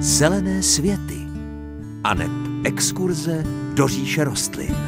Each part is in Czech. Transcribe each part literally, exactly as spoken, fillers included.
Zelené světy aneb exkurze do říše rostlin.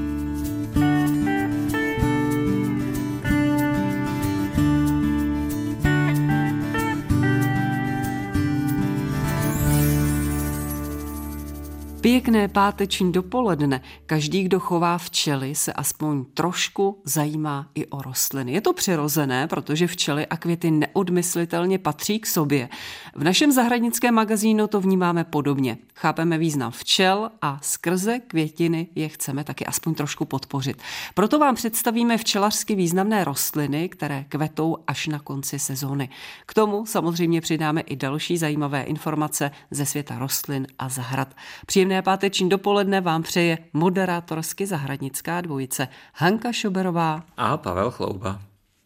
Pěkné páteční dopoledne. Každý, kdo chová včely, se aspoň trošku zajímá i o rostliny. Je to přirozené, protože včely a květy neodmyslitelně patří k sobě. V našem zahradnickém magazínu to vnímáme podobně. Chápeme význam včel a skrze květiny je chceme taky aspoň trošku podpořit. Proto vám představíme včelařsky významné rostliny, které kvetou až na konci sezóny. K tomu samozřejmě přidáme i další zajímavé informace ze světa rostlin a zahrad. Příjemné páteční dopoledne vám přeje moderátorsky zahradnická dvojice Hanka Šoberová a Pavel Chlouba.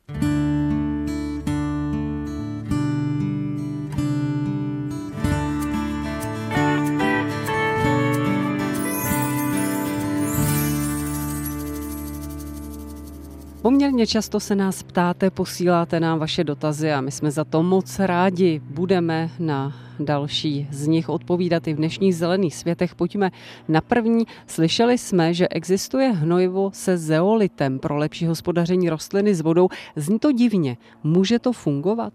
Poměrně často se nás ptáte, posíláte nám vaše dotazy a my jsme za to moc rádi. Budeme na další z nich odpovídat i v dnešních zelených světech. Pojďme na první. Slyšeli jsme, že existuje hnojivo se zeolitem pro lepší hospodaření rostliny s vodou. Zní to divně. Může to fungovat?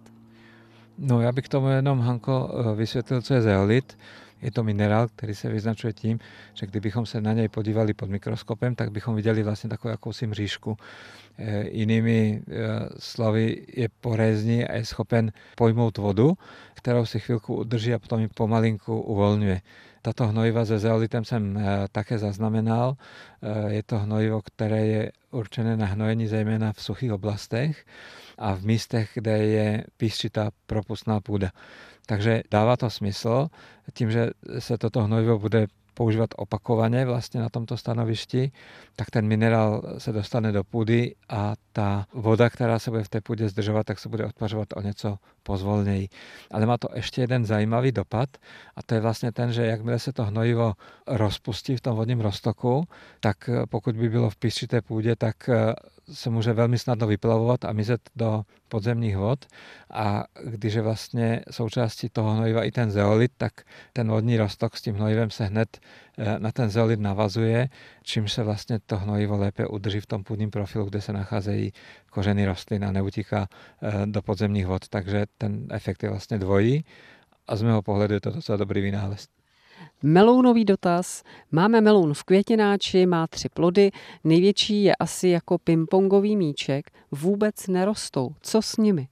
No, já bych tomu jenom, Hanko, vysvětlil, co je zeolit. Je to minerál, který se vyznačuje tím, že kdybychom se na něj podívali pod mikroskopem, tak bychom viděli vlastně takovou jakousi mřížku. E, jinými e, slovy je porézní a je schopen pojmout vodu, kterou si chvilku udrží a potom ji pomalinku uvolňuje. Tato hnojiva se zeolitem jsem e, také zaznamenal. E, je to hnojivo, které je určené na hnojení zejména v suchých oblastech a v místech, kde je písčitá propustná půda. Takže dává to smysl, tím, že se toto hnojivo bude používat opakovaně vlastně na tomto stanovišti, tak ten minerál se dostane do půdy a ta voda, která se bude v té půdě zdržovat, tak se bude odpařovat o něco pozvolněji. Ale má to ještě jeden zajímavý dopad a to je vlastně ten, že jakmile se to hnojivo rozpustí v tom vodním roztoku, tak pokud by bylo v písčité půdě, tak se může velmi snadno vyplavovat a mizet do podzemních vod a když je vlastně součástí toho hnojiva i ten zeolit, tak ten vodní roztok s tím hnojivem se hned na ten zeolit navazuje, čímž se vlastně to hnojivo lépe udrží v tom půdním profilu, kde se nacházejí kořeny rostlin a neutíká do podzemních vod. Takže ten efekt je vlastně dvojí a z mého pohledu je to docela dobrý vynález. Melounový dotaz. Máme meloun v květináči, má tři plody, největší je asi jako pingpongový míček, vůbec nerostou. Co s nimi?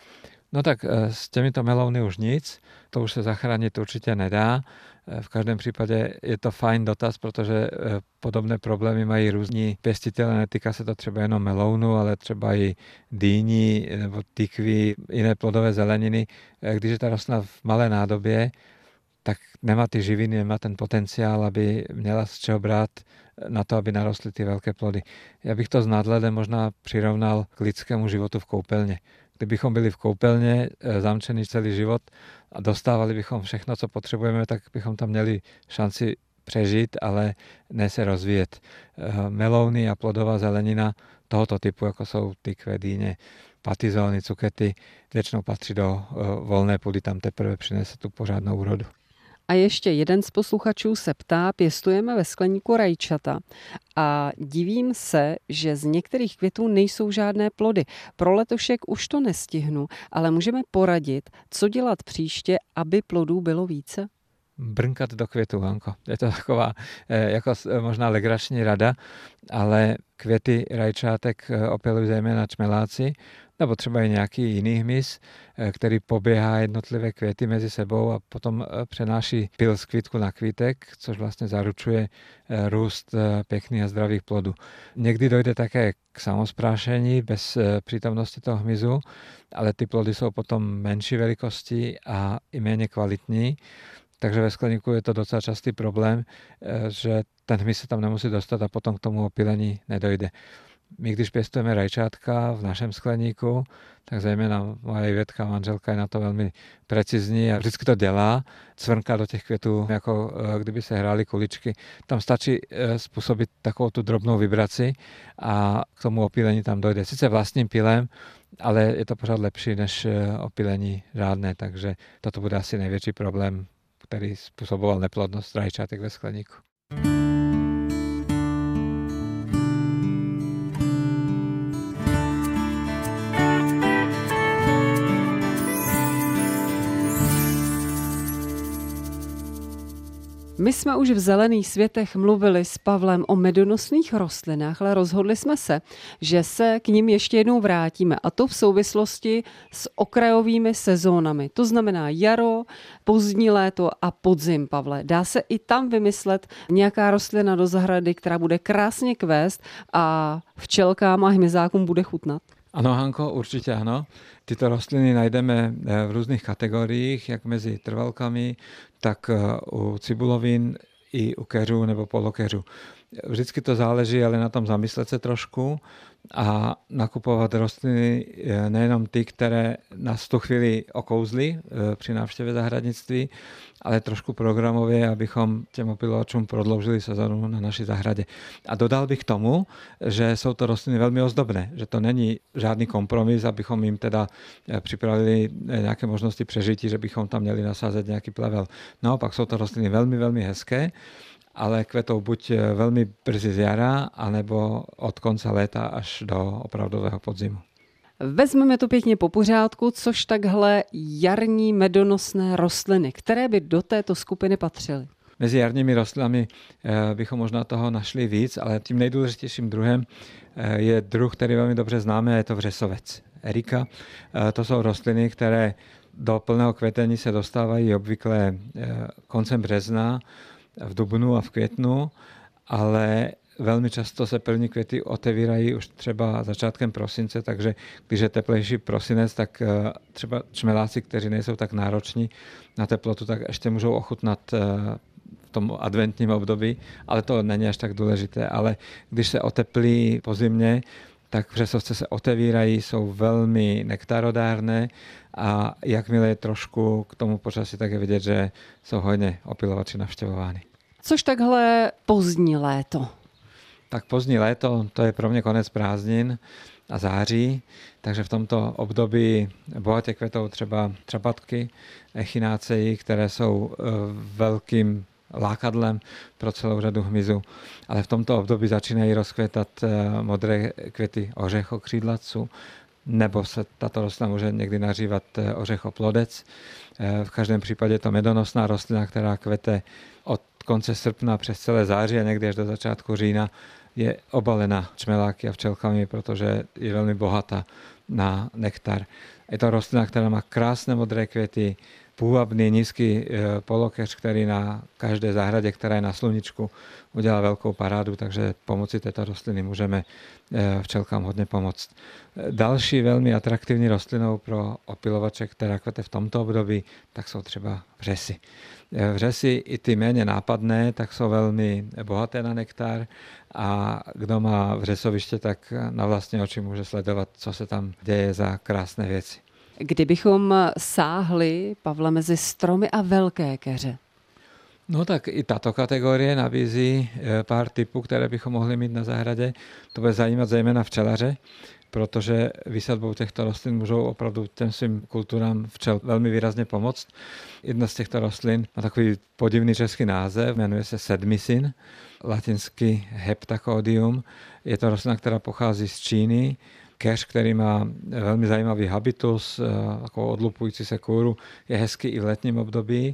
No tak s těmito melouny už nic, to už se zachránit určitě nedá. V každém případě je to fajn dotaz, protože podobné problémy mají různí pěstitelé, netýká se to třeba jenom melounu, ale třeba i dýní nebo tykvy, jiné plodové zeleniny. Když je ta rostlina v malé nádobě, tak nemá ty živiny, nemá ten potenciál, aby měla z čeho brát na to, aby narostly ty velké plody. Já bych to s nadhledem možná přirovnal k lidskému životu v koupelně. Kdybychom byli v koupelně zamčení celý život a dostávali bychom všechno, co potřebujeme, tak bychom tam měli šanci přežít, ale ne se rozvíjet. Melouny a plodová zelenina tohoto typu, jako jsou tykve, dýně, patizóny, cukety, většinou patří do volné půdy, tam teprve přinese tu pořádnou úrodu. A ještě jeden z posluchačů se ptá, pěstujeme ve skleníku rajčata a divím se, že z některých květů nejsou žádné plody. Pro letošek už to nestihnu, ale můžeme poradit, co dělat příště, aby plodů bylo více? Brnkat do květu, Hanko. Je to taková jako možná legrační rada, ale květy rajčátek opělují zejména čmeláci, nebo třeba i nějaký jiný hmyz, který poběhá jednotlivé květy mezi sebou a potom přenáší pyl z kvítku na kvítek, což vlastně zaručuje růst pěkných a zdravých plodů. Někdy dojde také k samosprášení bez přítomnosti toho hmyzu, ale ty plody jsou potom menší velikosti a i méně kvalitní. Takže ve skleníku je to docela častý problém, že ten hmyz se tam nemusí dostat a potom k tomu opylení nedojde. My, když pěstujeme rajčátka v našem skleníku, tak zejména moje Ivetka, manželka, je na to velmi precizní a vždycky to dělá. Cvrnká do těch květů, jako kdyby se hrály kuličky. Tam stačí způsobit takovou tu drobnou vibraci a k tomu opylení tam dojde. Sice vlastním pilem, ale je to pořád lepší než opylení žádné, takže toto bude asi největší problém, ktorý spôsoboval neplodnosť rajčatek ve skleníku. My jsme už v Zelených světech mluvili s Pavlem o medonosných rostlinách, ale rozhodli jsme se, že se k nim ještě jednou vrátíme, a to v souvislosti s okrajovými sezónami. To znamená jaro, pozdní léto a podzim, Pavle. Dá se i tam vymyslet nějaká rostlina do zahrady, která bude krásně kvést a včelkám a hmyzákům bude chutnat? Ano, Hanko, určitě ano. Tyto rostliny najdeme v různých kategoriích, jak mezi trvalkami, tak u cibulovín i u keřů nebo polokeřů. Vždycky to záleží ale na tom zamyslet se trošku a nakupovat rostliny nejenom ty, které nás v tu chvíli okouzli při návštěvě zahradnictví, ale trošku programově, abychom těm opylovačům prodloužili sezónu na naší zahradě. A dodal bych tomu, že jsou to rostliny velmi ozdobné, že to není žádný kompromis, abychom jim teda připravili nějaké možnosti přežití, že bychom tam měli nasázet nějaký plevel. Naopak jsou to rostliny velmi, velmi hezké, ale kvetou buď velmi brzy z jara, anebo od konce léta až do opravdového podzimu. Vezmeme to pěkně po pořádku, což takhle jarní medonosné rostliny, které by do této skupiny patřily. Mezi jarními rostlinami bychom možná toho našli víc, ale tím nejdůležitějším druhem je druh, který velmi dobře známe, a je to vřesovec. Erika. To jsou rostliny, které do plného kvetení se dostávají obvykle koncem března, v dubnu a v květnu, ale velmi často se první květy otevírají už třeba začátkem prosince, takže když je teplejší prosinec, tak třeba čmeláci, kteří nejsou tak nároční na teplotu, tak ještě můžou ochutnat v tom adventním období, ale to není až tak důležité. Ale když se oteplí po zimě, tak vřesovce se otevírají, jsou velmi nektarodárné a jakmile je trošku k tomu počasí, tak je vidět, že jsou hodně opylovači navštěvovány. Což takhle pozdní léto? Tak pozdní léto, to je pro mě konec prázdnin a září, takže v tomto období bohatě kvetou třeba třapatky, echinacei, které jsou velkým lákadlem pro celou řadu hmyzu. Ale v tomto období začínají rozkvětat modré květy ořechokřídlatců, nebo se tato rostlina může někdy nařívat ořechoplodec. V každém případě je to medonosná rostlina, která kvete od konce srpna přes celé září a někdy až do začátku října. Je obalena čmeláky a včelkami, protože je velmi bohatá na nektar. Je to rostlina, která má krásné modré květy, půvabný nízký polokeř, který na každé zahradě, která je na sluníčku, udělá velkou parádu, takže pomocí této rostliny můžeme včelkám hodně pomoct. Další velmi atraktivní rostlinou pro opylovače, která kvete v tomto období, tak jsou třeba vřesy. Vřesy i ty méně nápadné, tak jsou velmi bohaté na nektar a kdo má vřesoviště, tak na vlastní oči může sledovat, co se tam děje za krásné věci. Kdybychom sáhli, Pavle, mezi stromy a velké keře? No tak i tato kategorie nabízí pár typů, které bychom mohli mít na zahradě. To bude zajímat zejména včelaře, protože výsadbou těchto rostlin můžou opravdu těm svým kulturám včel velmi výrazně pomoct. Jedna z těchto rostlin má takový podivný český název, jmenuje se sedmisin, latinsky heptachodium. Je to rostlina, která pochází z Číny. Keř, který má velmi zajímavý habitus, takovou odlupující se kůru, je hezký i v letním období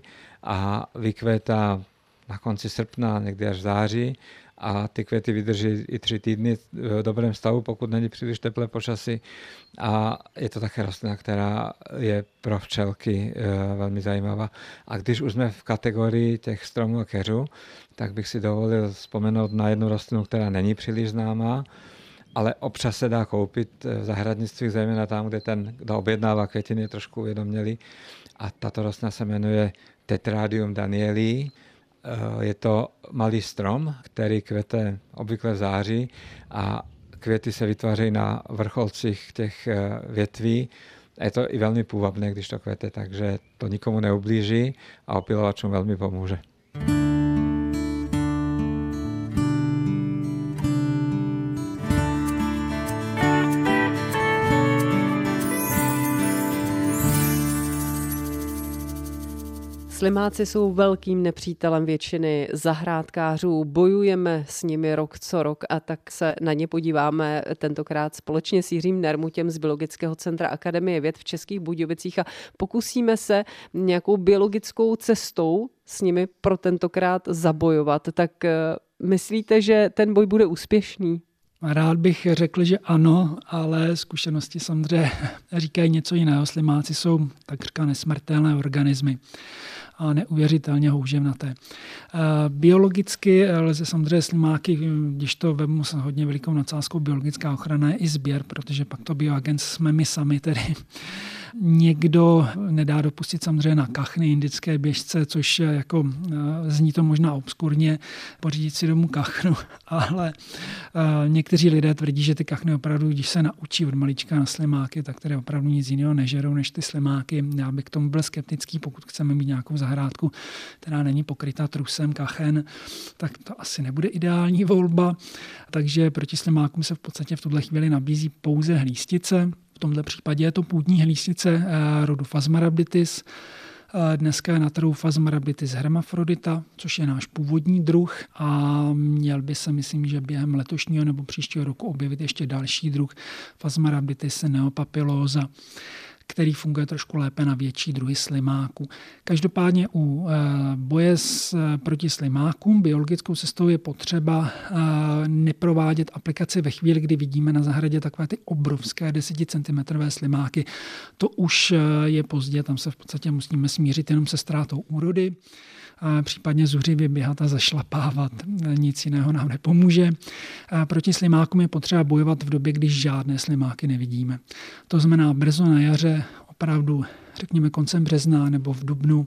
a vykvétá na konci srpna, někdy až v září a ty květy vydrží i tři týdny v dobrém stavu, pokud není příliš teplé počasí a je to také rostlina, která je pro včelky velmi zajímavá. A když už jsme v kategorii těch stromů a keřů, tak bych si dovolil vzpomenout na jednu rostlinu, která není příliš známá, ale občas se dá koupit v zahradnictví, zejména tam, kde ten, kdo objednává květiny, je trošku uvědomělý. A tato rostlina se jmenuje Tetradium danielii. Je to malý strom, který kvete obvykle v září a květy se vytvářejí na vrcholcích těch větví. Je to i velmi půvabné, když to kvete, takže to nikomu neublíží a opylovačům velmi pomůže. Slimáci jsou velkým nepřítelem většiny zahrádkářů, bojujeme s nimi rok co rok a tak se na ně podíváme tentokrát společně s Jiřím Nermutěm z Biologického centra Akademie věd v Českých Budějovicích a pokusíme se nějakou biologickou cestou s nimi pro tentokrát zabojovat. Tak myslíte, že ten boj bude úspěšný? Rád bych řekl, že ano, ale zkušenosti samozřejmě říkají něco jiného. Slimáci jsou takřka nesmrtelné organismy a neuvěřitelně houževnaté. Biologicky lze samozřejmě slimáky, když to vemu s hodně velikou nadsázkou, biologická ochrana je i sběr, protože pak to bioagens jsme my sami tedy. Někdo nedá dopustit samozřejmě na kachny, indické běžce, což jako zní to možná obskurně, pořídit si domů kachnu, ale někteří lidé tvrdí, že ty kachny opravdu, když se naučí od malička na slimáky, tak tedy opravdu nic jiného nežerou než ty slimáky. Já bych k tomu byl skeptický, pokud chceme mít nějakou zahrádku, která není pokrytá trusem kachen, tak to asi nebude ideální volba. Takže proti slimákům se v podstatě v tuhle chvíli nabízí pouze hlístice. V tomto případě je to půdní hlístice rodu Phasmarabditis. Dneska je na trhu Phasmarabditis hermafrodita, což je náš původní druh a měl by se, myslím, že během letošního nebo příštího roku objevit ještě další druh Phasmarabditis neopapillosa, který funguje trošku lépe na větší druhy slimáků. Každopádně u boje s, proti slimákům biologickou cestou je potřeba neprovádět aplikaci ve chvíli, kdy vidíme na zahradě takové ty obrovské deseticentimetrové slimáky. To už je pozdě, tam se v podstatě musíme smířit jenom se ztrátou úrody, případně zuřivě běhat a zašlapávat. Nic jiného nám nepomůže. Proti slimákům je potřeba bojovat v době, když žádné slimáky nevidíme. To znamená brzo na jaře, opravdu řekněme koncem března nebo v dubnu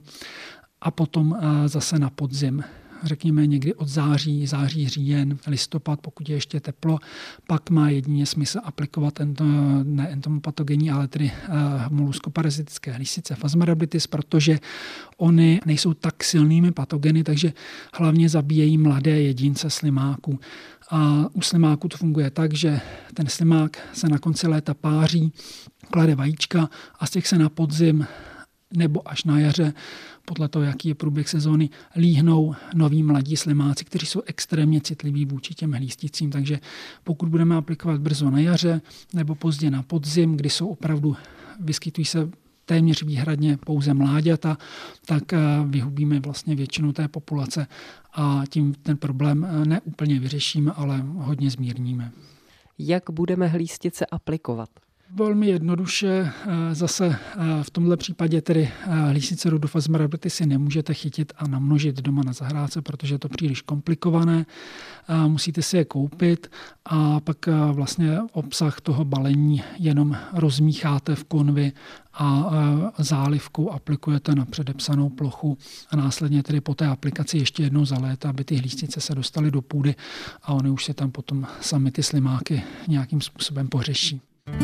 a potom zase na podzim. Řekněme někdy od září, září, říjen, listopad, pokud je ještě teplo, pak má jedině smysl aplikovat ento, ne entomopatogenní, ale tedy uh, molluskoparazitické hlístice Phasmarabditis, protože oni nejsou tak silnými patogeny, takže hlavně zabíjejí mladé jedince slimáků. A u slimáků to funguje tak, že ten slimák se na konci léta páří, klade vajíčka a z těch se na podzim nebo až na jaře, podle toho, jaký je průběh sezóny, líhnou noví mladí slimáci, kteří jsou extrémně citliví vůči těm hlísticím. Takže pokud budeme aplikovat brzo na jaře nebo pozdě na podzim, kdy jsou opravdu, vyskytují se téměř výhradně pouze mláďata, tak vyhubíme vlastně většinu té populace a tím ten problém ne úplně vyřešíme, ale hodně zmírníme. Jak budeme hlístice aplikovat? Velmi jednoduše, zase v tomhle případě tedy hlístice rodu Phasmarabditis si nemůžete chytit a namnožit doma na zahrádce, protože je to příliš komplikované. Musíte si je koupit a pak vlastně obsah toho balení jenom rozmícháte v konvi a zálivkou aplikujete na předepsanou plochu a následně tedy po té aplikaci ještě jednou zaléte, aby ty hlístice se dostaly do půdy a oni už se tam potom sami ty slimáky nějakým způsobem pořeší.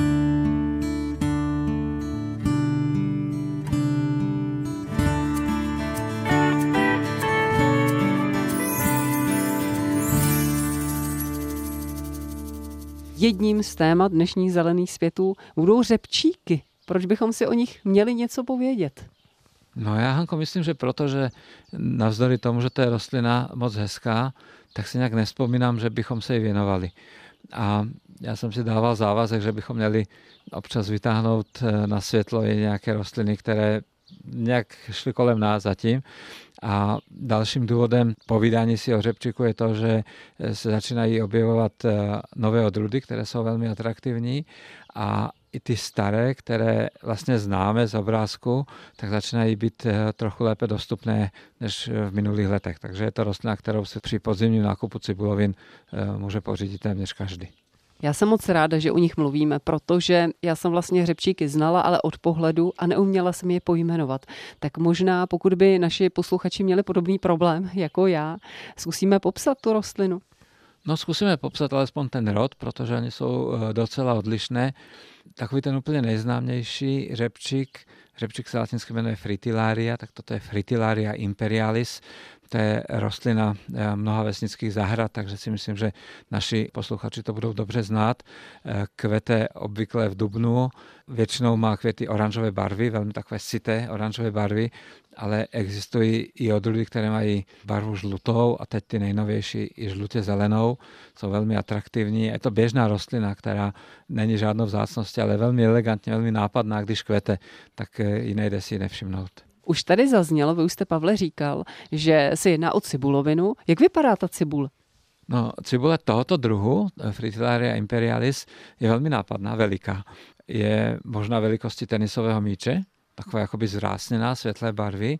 Jedním z témat dnešních zelených světů budou řepčíky. Proč bychom si o nich měli něco povědět? No já, Hanko, myslím, že protože navzdory tomu, že to je rostlina moc hezká, tak si nějak nespomínám, že bychom se jí věnovali. A já jsem si dával závazek, že bychom měli občas vytáhnout na světlo i nějaké rostliny, které nějak šly kolem nás zatím. A dalším důvodem povídání si o řepčíku je to, že se začínají objevovat nové odrůdy, které jsou velmi atraktivní a i ty staré, které vlastně známe z obrázku, tak začínají být trochu lépe dostupné než v minulých letech. Takže je to rostlina, kterou si při podzimním nákupu cibulovin může pořídit téměř každý. Já jsem moc ráda, že o nich mluvíme, protože já jsem vlastně hřebčíky znala, ale od pohledu a neuměla jsem je pojmenovat. Tak možná, pokud by naši posluchači měli podobný problém jako já, zkusíme popsat tu rostlinu. No zkusíme popsat alespoň ten rod, protože oni jsou docela odlišné. Takový ten úplně nejznámější řepčík, řepčík se latinsky jmenuje Fritillaria, tak toto je Fritillaria imperialis. To je rostlina mnoha vesnických zahrad, takže si myslím, že naši posluchači to budou dobře znát. Kvete obvykle v dubnu, většinou má květy oranžové barvy, velmi takové syté oranžové barvy, ale existují i odrůdy, které mají barvu žlutou a teď ty nejnovější i žlutě zelenou. Jsou velmi atraktivní. Je to běžná rostlina, která není žádnou vzácností, ale velmi elegantně, velmi nápadná, když kvete, tak ji nejde si nevšimnout. Už tady zaznělo, vy už jste, Pavle, říkal, že se jedná o cibulovinu. Jak vypadá ta cibule? No, cibule tohoto druhu, Fritillaria imperialis, je velmi nápadná, veliká. Je možná velikosti tenisového míče, taková jakoby zvrásněná, světlé barvy.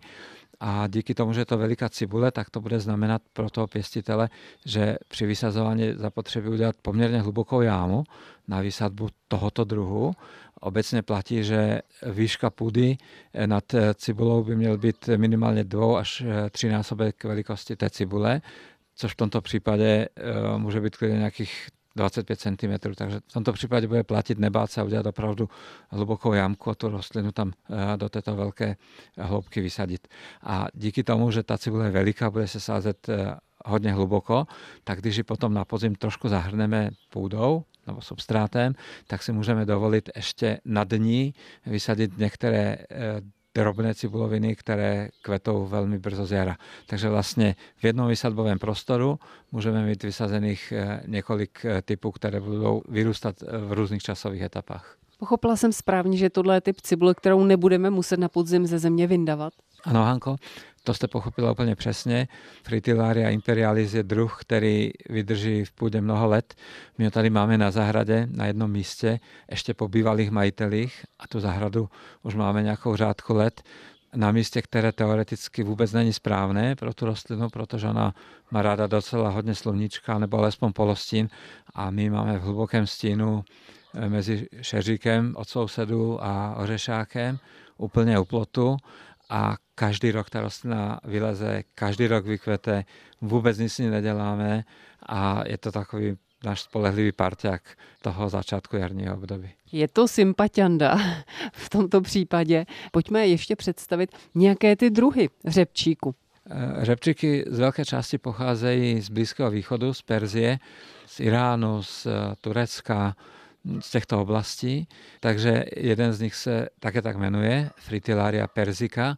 A díky tomu, že je to veliká cibule, tak to bude znamenat pro toho pěstitele, že při vysazování zapotřebí udělat poměrně hlubokou jámu na výsadbu tohoto druhu. Obecně platí, že výška půdy nad cibulou by měl být minimálně dvou až třínásobek velikosti té cibule, což v tomto případě může být klidně nějakých dvacet pět centimetrů, takže v tomto případě bude platit nebát se a udělat opravdu hlubokou jamku a tu rostlinu tam do této velké hloubky vysadit. A díky tomu, že ta cibule je veliká, bude se sázet hodně hluboko, tak když ji potom na podzim trošku zahrneme půdou nebo substrátem, tak si můžeme dovolit ještě nad ní vysadit některé drobné cibuloviny, které kvetou velmi brzo z jara. Takže vlastně v jednom vysadbovém prostoru můžeme mít vysazených několik typů, které budou vyrůstat v různých časových etapách. Pochopila jsem správně, že tohle je typ cibule, kterou nebudeme muset na podzim ze země vyndavat? Ano, Hanko, to jste pochopila úplně přesně. Fritillaria imperialis je druh, který vydrží v půdě mnoho let. My ho tady máme na zahradě, na jednom místě, ještě po bývalých majitelích a tu zahradu už máme nějakou řádku let na místě, které teoreticky vůbec není správné pro tu rostlinu, protože ona má ráda docela hodně sluníčka nebo alespoň polostín a my máme v hlubokém stínu mezi šeříkem od sousedů a ořešákem úplně u plotu a každý rok ta rostlina vyleze, každý rok vykvete, vůbec nic ní neděláme a je to takový náš spolehlivý parťák toho začátku jarního období. Je to sympatianda v tomto případě. Pojďme ještě představit nějaké ty druhy řepčíku. Řepčíky z velké části pocházejí z Blízkého východu, z Perzie, z Iránu, z Turecka, z těchto oblastí, takže jeden z nich se také tak jmenuje, Fritillaria persica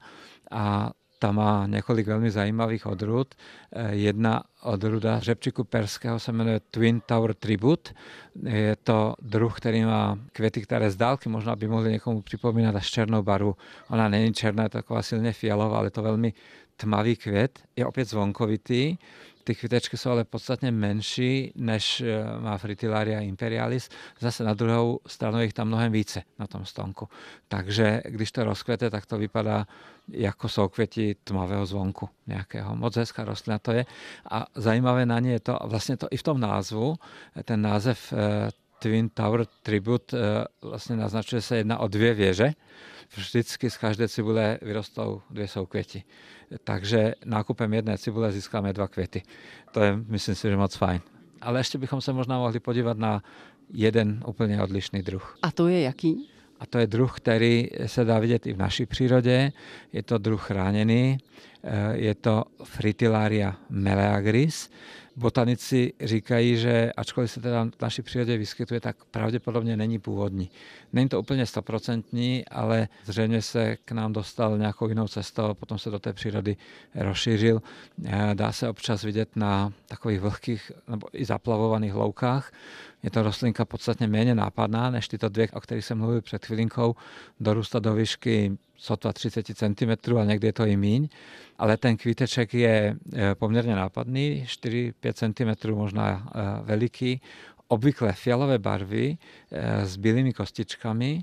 a ta má několik velmi zajímavých odrůd. Jedna odrůda řepčíku perského se jmenuje Twin Tower Tribute. Je to druh, který má květy, které z dálky možná by mohly někomu připomínat až černou barvu. Ona není černá, je taková silně fialová, ale je to velmi tmavý květ. Je opět zvonkovitý. Ty květečky jsou ale podstatně menší, než má Fritillaria imperialis. Zase na druhou stranu jich tam mnohem více na tom stonku. Takže když to rozkvete, tak to vypadá jako soukvěti tmavého zvonku nějakého. Moc hezká rostlina to je. A zajímavé na ně je to, vlastně to i v tom názvu, ten název Twin Tower Tribute vlastně naznačuje se jedna o dvě věže. Vždycky z každé cibule vyrostou dvě soukvěti. Takže nákupem jedné cibule získáme dva květy. To je, myslím si, že moc fajn. Ale ještě bychom se možná mohli podívat na jeden úplně odlišný druh. A to je jaký? A to je druh, který se dá vidět i v naší přírodě. Je to druh chráněný. Je to Fritillaria meleagris. Botanici říkají, že ačkoliv se teda v naší přírodě vyskytuje, tak pravděpodobně není původní. Není to úplně stoprocentní, ale zřejmě se k nám dostal nějakou jinou cestou, potom se do té přírody rozšířil. Dá se občas vidět na takových vlhkých nebo i zaplavovaných loukách. Je to rostlinka podstatně méně nápadná než tyto dvě, o kterých jsem mluvil před chvilinkou. Dorůstá do výšky sotva třicet centimetrů a někdy je to i míň. Ale ten kvíteček je poměrně nápadný, čtyři až pět centimetrů možná veliký, obvykle fialové barvy s bílými kostičkami,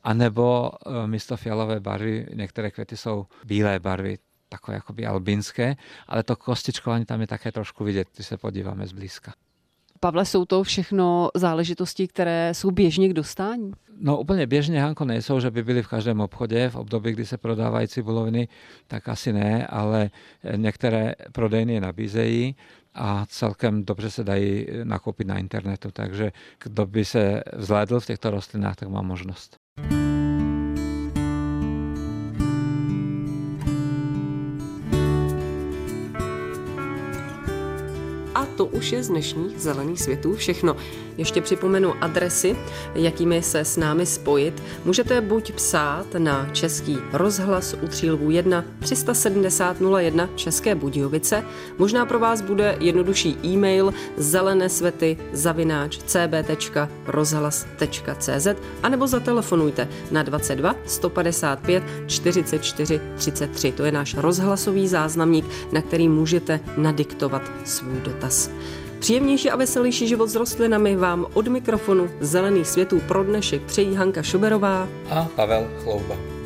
anebo místo fialové barvy některé květy jsou bílé barvy, takové jakoby albínské, ale to kostičkování tam je také trošku vidět, když se podíváme zblízka. Pavle, jsou to všechno záležitosti, které jsou běžně k dostání? No úplně běžně, Hanko, nejsou, že by byly v každém obchodě v období, kdy se prodávají cibuloviny, tak asi ne, ale některé prodejny je nabízejí a celkem dobře se dají nakoupit na internetu. Takže kdo by se vzhlédl v těchto rostlinách, tak má možnost. A to už je z dnešních Zelených světů všechno. Ještě připomenu adresy, jakými se s námi spojit. Můžete buď psát na Český rozhlas u Třílvů jedna tři sedmdesát nula jedna České Budějovice. Možná pro vás bude jednodušší e-mail zelenesvety zavináč c b tečka rozhlas tečka c z anebo zatelefonujte na dvacet dva sto padesát pět čtyřicet čtyři třicet tři. To je náš rozhlasový záznamník, na který můžete nadiktovat svůj dotaz. Příjemnější a veselější život s rostlinami vám od mikrofonu Zelených světů pro dnešek přejí Hanka Šuberová a Pavel Chlouba.